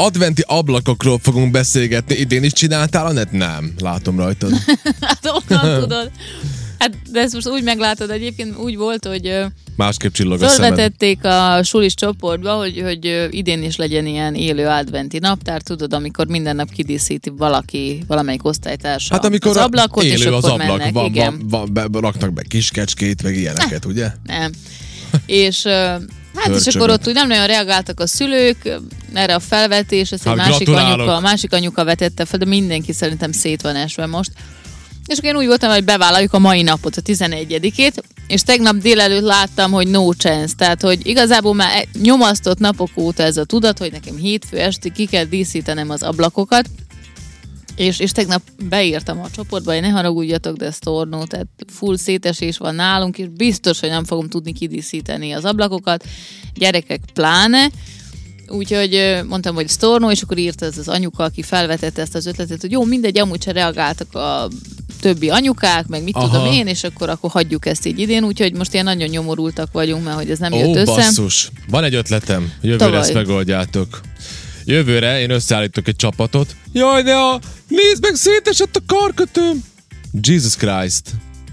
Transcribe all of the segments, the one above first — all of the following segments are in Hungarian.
adventi ablakokról fogunk beszélgetni. Idén is csináltál, Anett? Nem, látom rajtad. Hát onnan tudod. Hát, de ezt most úgy meglátod, egyébként úgy volt, hogy másképp csillog a szemed. fölvetették a sulis csoportba, hogy idén is legyen ilyen élő adventi naptár, tudod, amikor minden nap kidíszíti valamelyik osztálytársa hát amikor az ablakot, élő és az akkor ablak, mennek. raknak be kiskecskét, meg ilyeneket, ugye? Nem. És és akkor ott úgy nem nagyon reagáltak a szülők erre a felvetés, ezt egy másik anyuka vetette fel, de mindenki szerintem szét van esve most. És akkor én úgy voltam, hogy bevállaljuk a mai napot, a 11-ét, és tegnap délelőtt láttam, hogy no chance, tehát hogy igazából már nyomasztott napok óta ez a tudat, hogy nekem hétfő esti ki kell díszítenem az ablakokat, és tegnap beírtam a csoportba, hogy ne haragudjatok, de ez tornó, tehát full szétesés van nálunk, és biztos, hogy nem fogom tudni kidíszíteni az ablakokat, gyerekek pláne. Úgyhogy mondtam, hogy sztornó, és akkor írt ez az anyuka, aki felvetette ezt az ötletet, hogy jó, mindegy, amúgy se reagáltak a többi anyukák, meg mit tudom én, és akkor hagyjuk ezt így idén, úgyhogy most ilyen nagyon nyomorultak vagyunk, mert hogy ez nem jött össze. Basszus, van egy ötletem, jövőre ezt megoldjátok. Jövőre én összeállítok egy csapatot. Jaj, nézd meg, szétesett a karkötőm! Jesus Christ.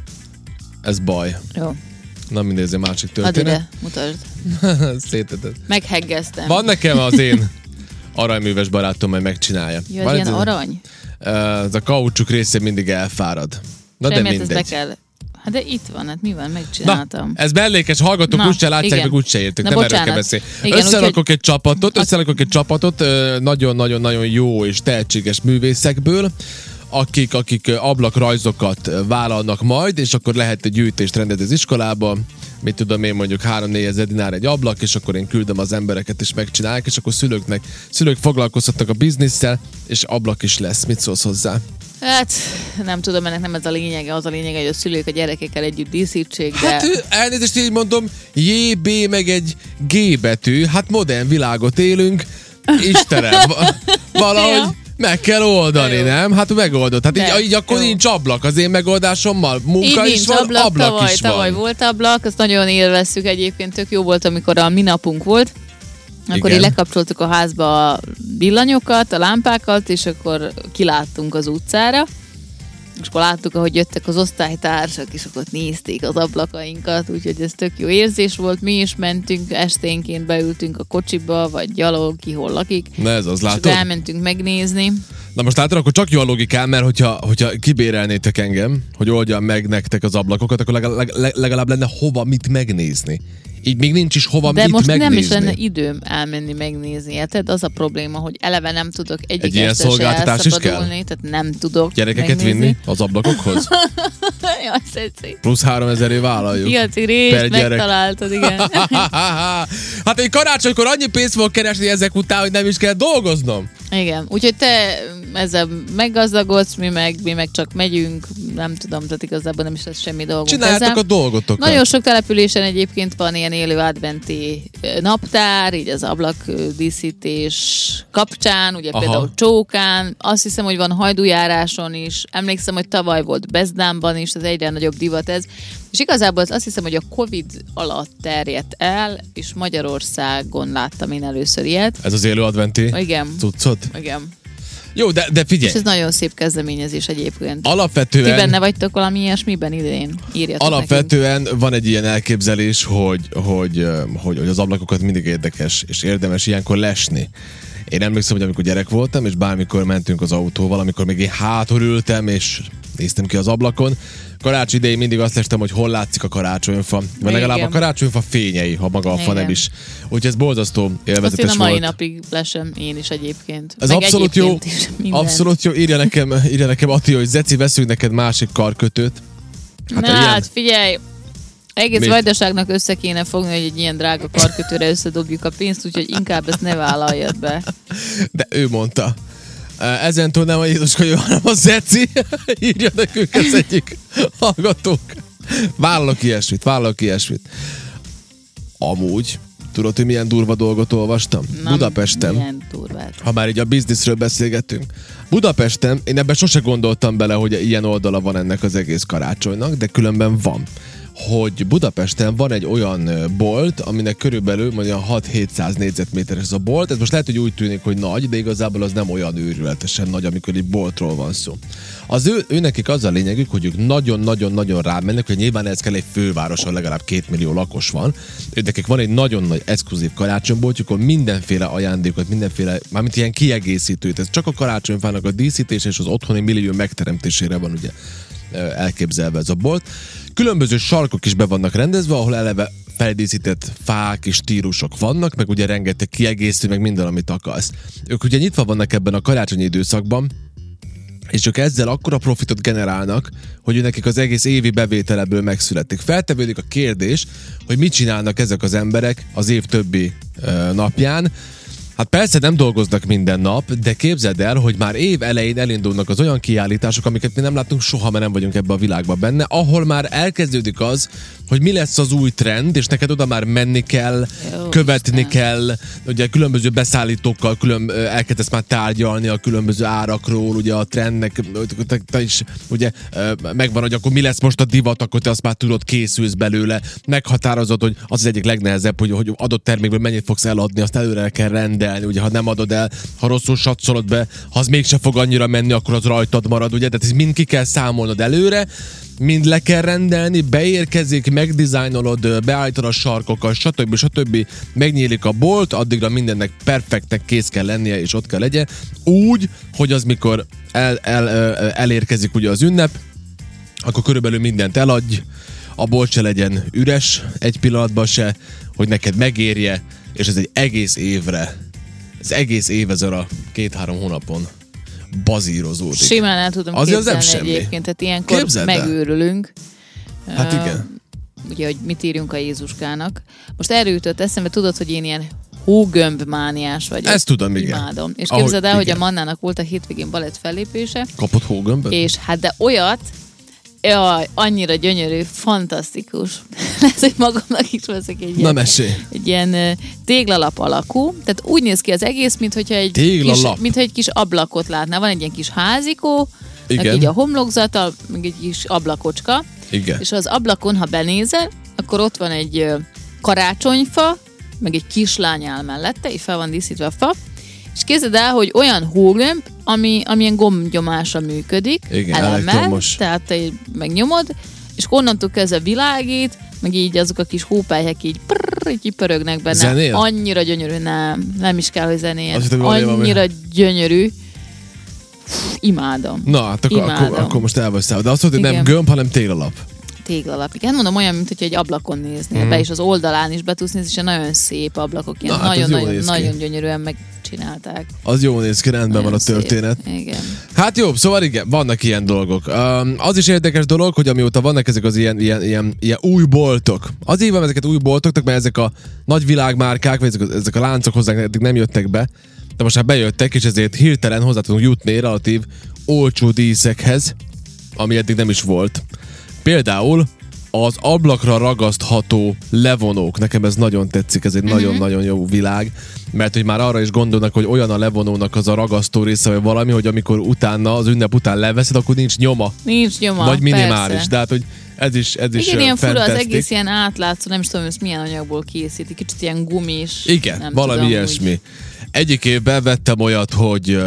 Ez baj. Jó. Na mindegy, egy másik történet. Add ide, mutasd. Szétetett. Megheggeztem. Van nekem az én aranyműves barátom, majd megcsinálja. Jó, az ilyen arany? Ez a kaucsuk része mindig elfárad. Na semmi, de mindegy. Be kell. Hát de itt van, hát mi van, megcsináltam. Na, ez mellékes, hallgatók, úgyse látják, meg úgyse értük, nem erről kell beszélni. Összerakok egy csapatot, nagyon-nagyon-nagyon jó és tehetséges művészekből, akik ablakrajzokat vállalnak majd, és akkor lehet egy gyűjtést rendezni az iskolába, mit tudom én, mondjuk 3-4 ezer dinár egy ablak, és akkor én küldöm az embereket, és megcsinálják, és akkor szülők foglalkoztatnak a bizniszsel, és ablak is lesz. Mit szólsz hozzá? Hát, nem tudom, ennek nem ez a lényege, az a lényege, hogy a szülők a gyerekekkel együtt díszítsék, de... Hát elnézést, így mondom, JB meg egy G betű, hát modern világot élünk, Istenem, valahogy meg kell oldani, nem? Hát megoldott. Hát így akkor nincs ablak az én megoldásommal. Munka így is van, ablak is van. Tavaly volt ablak, azt nagyon élvezzük egyébként, tök jó volt, amikor a mi napunk volt. Akkor így lekapcsoltuk a házba a villanyokat, a lámpákat, és akkor kiláttunk az utcára. És akkor láttuk, ahogy jöttek az osztálytársak, és akkor nézték az ablakainkat, úgyhogy ez tök jó érzés volt. Mi is mentünk, esténként beültünk a kocsiba, vagy gyalog, ki hol lakik. Na ez az, látod? És elmentünk megnézni. Na most látod, akkor csak jó a logikám, mert hogyha kibérelnétek engem, hogy oldjam meg nektek az ablakokat, akkor legalább lenne hova mit megnézni. Így még nincs is hova mit megnézni. De most nem is lenne időm elmenni megnézni, érted? Az a probléma, hogy eleve nem tudok egy ilyen szolgáltatás is kell? Tehát nem tudok gyerekeket megnézni. Vinni az ablakokhoz? Jaj, szetszik. Plusz 3000-ért vállaljuk. Piaci részt megtaláltad, igen. Hát egy karácsonykor annyi pénzt fog keresni ezek után, hogy nem is kell dolgoznom. Igen, úgyhogy te ezzel meggazdagodsz, mi meg csak megyünk, nem tudom, tehát igazából nem is lesz semmi dolgunk. Csináljátok a dolgotokat. Nagyon sok településen egyébként van ilyen élő adventi naptár, így az ablakdíszítés kapcsán, ugye például Csókán, azt hiszem, hogy van Hajdújáráson is, emlékszem, hogy tavaly volt Bezdánban is, ez egyre nagyobb divat ez, és igazából azt hiszem, hogy a Covid alatt terjedt el, és Magyarországon láttam én először ilyet. Ez az élő adventi cuccot? Igen. Jó, de figyelj! És ez nagyon szép kezdeményezés egyébként. Alapvetően... Ti benne vagytok valami ilyesmiben idén? Írjatok alapvetően nekünk. Van egy ilyen elképzelés, hogy az ablakokat mindig érdekes és érdemes ilyenkor lesni. Én emlékszem, hogy amikor gyerek voltam, és bármikor mentünk az autóval, amikor még én hátul ültem, és néztem ki az ablakon, karácsony idején mindig azt lestem, hogy hol látszik a karácsonyfa. Vagy legalább a karácsonyfa fényei, ha maga a fa nem is. Úgyhogy ez borzasztó élvezetes volt. Azt én a mai napig lesem én is egyébként. Ez abszolút jó. Abszolút jó. Írja nekem Ati, hogy Zeci, veszünk neked másik karkötőt. Hát figyelj! Egész vajdaságnak össze kéne fogni, hogy egy ilyen drága karkötőre összedobjuk a pénzt, úgyhogy inkább ezt ne vállaljad be. De ő mondta. Ezentúl nem a Jézuska jön, hanem a Zeci. Írja nekünk az egyik hallgatók. Vállalok ilyesmit. Amúgy, tudod, hogy milyen durva dolgot olvastam? Budapesten. Milyen durvát? Ha már így a bizniszről beszélgetünk. Budapesten, én ebben sose gondoltam bele, hogy ilyen oldala van ennek az egész karácsonynak, de különben van. hogy Budapesten van egy olyan bolt, aminek körülbelül mondjuk 6-700 négyzetméteres ez a bolt. Ez most lehet, hogy úgy tűnik, hogy nagy, de igazából az nem olyan őrületesen nagy, amikor egy boltról van szó. Az ő nekik az a lényegük, hogy ők nagyon-nagyon-nagyon rámennek, hogy nyilván ez kell egy főváros, ahol legalább 2 millió lakos van. Nekik van egy nagyon nagy exkluzív karácsonyboltjuk, ahol mindenféle ajándékot, mindenféle, mármint ilyen kiegészítőt, ez csak a karácsonyfának a díszítése és az otthoni millió megteremtésére van ugye elképzelve ez a bolt. Különböző sarkok is be vannak rendezve, ahol eleve feldíszített fák és stílusok vannak, meg ugye rengeteg kiegészítő, meg minden, amit akarsz. Ők ugye nyitva vannak ebben a karácsonyi időszakban, és ők ezzel akkora profitot generálnak, hogy nekik az egész évi bevételeből megszületik. Feltevődik a kérdés, hogy mit csinálnak ezek az emberek az év többi napján. Hát persze nem dolgoznak minden nap, de képzeld el, hogy már év elején elindulnak az olyan kiállítások, amiket mi nem látunk soha, mert nem vagyunk ebbe a világban benne, ahol már elkezdődik az, hogy mi lesz az új trend, és neked oda már menni kell, követni kell, ugye különböző beszállítókkal elkezdesz már tárgyalni a különböző árakról, ugye a trendnek, te is ugye megvan, hogy akkor mi lesz most a divat, akkor te azt már tudod, készülsz belőle, meghatározod, hogy az egyik legnehezebb, hogy adott termékből mennyit fogsz eladni, azt előre kell rendelni, ugye ha nem adod el, ha rosszul satszolod be, ha az mégse fog annyira menni, akkor az rajtad marad, ugye, tehát ez mind ki kell számolnod előre, mind le kell rendelni, beérkezik, megdizájnolod, beállítod a sarkokat, stb. Megnyílik a bolt, addigra mindennek perfektnek kész kell lennie, és ott kell legyen. Úgy, hogy az mikor elérkezik ugye az ünnep, akkor körülbelül mindent eladj, a bolt se legyen üres egy pillanatban se, hogy neked megérje, és ez egy egész évre, az egész év ezen a 2-3 hónapon bazírozódik. Simán el tudom képzelni egyébként, tehát ilyenkor képzeld megőrülünk. Hát igen. Ugye, hogy mit írjunk a Jézuskának. Most erről jutott eszembe, tudod, hogy én ilyen hógömbmániás vagyok. Ezt tudom, igen. Imádom. És képzeld el, hogy a Mannának volt a hétvégén balett fellépése. Kapott hógömböt? És hát de olyat, jaj, annyira gyönyörű, fantasztikus. Lesz, hogy magamnak is veszek egy ilyen téglalap alakú. Tehát úgy néz ki az egész, mintha egy kis ablakot látná. Van egy ilyen kis házikó, meg így a homlokzata, meg egy kis ablakocska. Igen. És az ablakon, ha benézel, akkor ott van egy karácsonyfa, meg egy kislány áll mellette, így fel van díszítve a fa. És képzeld el, hogy olyan hógömb, amilyen gombnyomásra működik, elemmel, tehát te megnyomod, és onnantól kezdve világít, meg így azok a kis hópelyhek így pörögnek benne. Zenél? Annyira gyönyörű, nem is kell, hogy zenéljen. Annyira gyönyörű. Imádom. Na, hát akkor most el vagy száll. De azt mondod, hogy nem gömb, hanem téglalap. Téglalap. Igen, mondom, olyan, mint hogy egy ablakon néznél be, és az oldalán is be tudsz nézni, és nagyon szép ablakok. Ilyen nagyon gyönyörűen megcsinálták. Az jó néz ki, rendben van a történet. Igen. Hát jó, szóval igen, vannak ilyen dolgok. Az is érdekes dolog, hogy amióta vannak ezek az ilyen új boltok. Azért van ezeket új boltoknak, mert ezek a nagy világmárkák, vagy ezek a láncok hozzánk eddig nem jöttek be, de most már bejöttek, és ezért hirtelen hozzá tudunk jutni relatív olcsó díszekhez, ami eddig nem is volt. Például az ablakra ragasztható levonók. Nekem ez nagyon tetszik, ez egy nagyon-nagyon jó világ, mert hogy már arra is gondolnak, hogy olyan a levonónak az a ragasztó része, vagy valami, hogy amikor utána, az ünnep után leveszed, akkor nincs nyoma. Nincs nyoma, vagy minimális. Persze. De hát, hogy ez is igen, ilyen fura, az egész ilyen átlátszó, nem is tudom, ezt milyen anyagból készítik, kicsit ilyen gumis. Igen, nem valami tudom, ilyesmi. Úgy. Egyik évben vettem olyat, hogy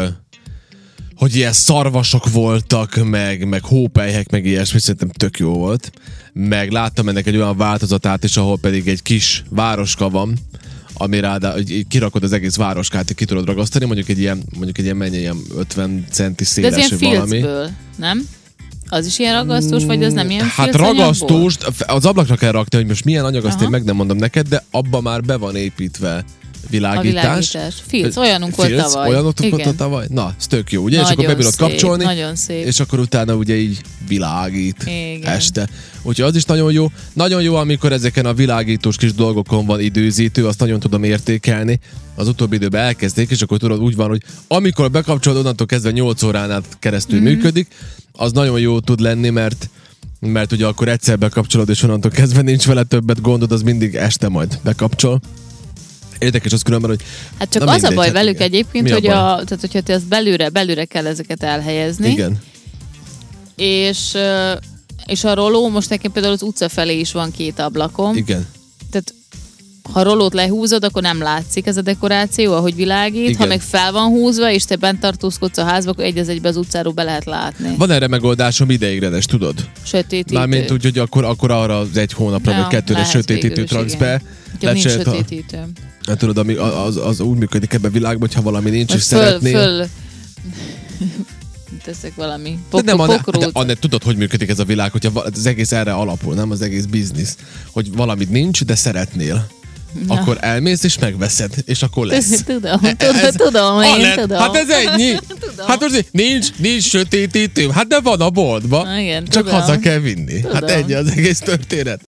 ilyen szarvasok voltak, meg hópelyhek, meg ilyesmi, szerintem tök jó volt. Meg láttam ennek egy olyan változatát is, ahol pedig egy kis városka van, ami kirakod az egész városkát, ki tudod ragasztani, mondjuk egy ilyen mennyi, ilyen 50 centi széles, vagy valami. De ez ilyen filcből, nem? Az is ilyen ragasztós, vagy az nem ilyen Hát ragasztós, az ablakra kell rakni, hogy most milyen anyag, azt én meg nem mondom neked, de abban már be van építve világítás. Filc, olyanunk volt tavaly. Olyanok volt tavaly? Na, ez tök jó, ugye? Nagyon és akkor be bírod kapcsolni, nagyon szép. És akkor utána ugye így világít. Igen. Este. Úgyhogy az is nagyon jó. Nagyon jó, amikor ezeken a világítós kis dolgokon van időzítő, azt nagyon tudom értékelni. Az utóbbi időben elkezdték, és akkor tudod, úgy van, hogy amikor bekapcsolod, onnantól kezdve 8 órán át keresztül működik, az nagyon jó tud lenni, mert ugye akkor egyszer bekapcsolod, és onnantól kezdve nincs vele többet gondod, az mindig este majd bekapcsol. Érdekes az különben, hogy... Hát csak az a baj velük egyébként, hogy tehát, hogyha te ezt belülre kell ezeket elhelyezni. Igen. És És a roló, most nekem például az utca felé is van 2 ablakom. Igen. Tehát ha a rolót lehúzod, akkor nem látszik ez a dekoráció, ahogy világít. Igen. Ha meg fel van húzva, és te bent tartózkodsz a házba, akkor egy az utcáról be lehet látni. Van erre megoldásom ideiglenes, tudod? Sötétítő. Mármint úgy, hogy akkor arra az 1 hónapra, vagy 2-re sötétítőt raksz be. Nincs sötétítő. Hát tudod, az úgy működik ebben a világban, hogyha valami nincs, és szeretnél... teszek valami Annett, tudod, hogy működik ez a világ, hogyha az egész erre alapul, nem az egész biznisz, hogy valamit nincs, de szeretnél. Ja. Akkor elmész és megveszed, és akkor lesz. Tudom. Hát ez ennyi. Hát azért nincs sötétítő, hát de van a boltban. Igen, csak haza kell vinni. Hát ennyi az egész történet.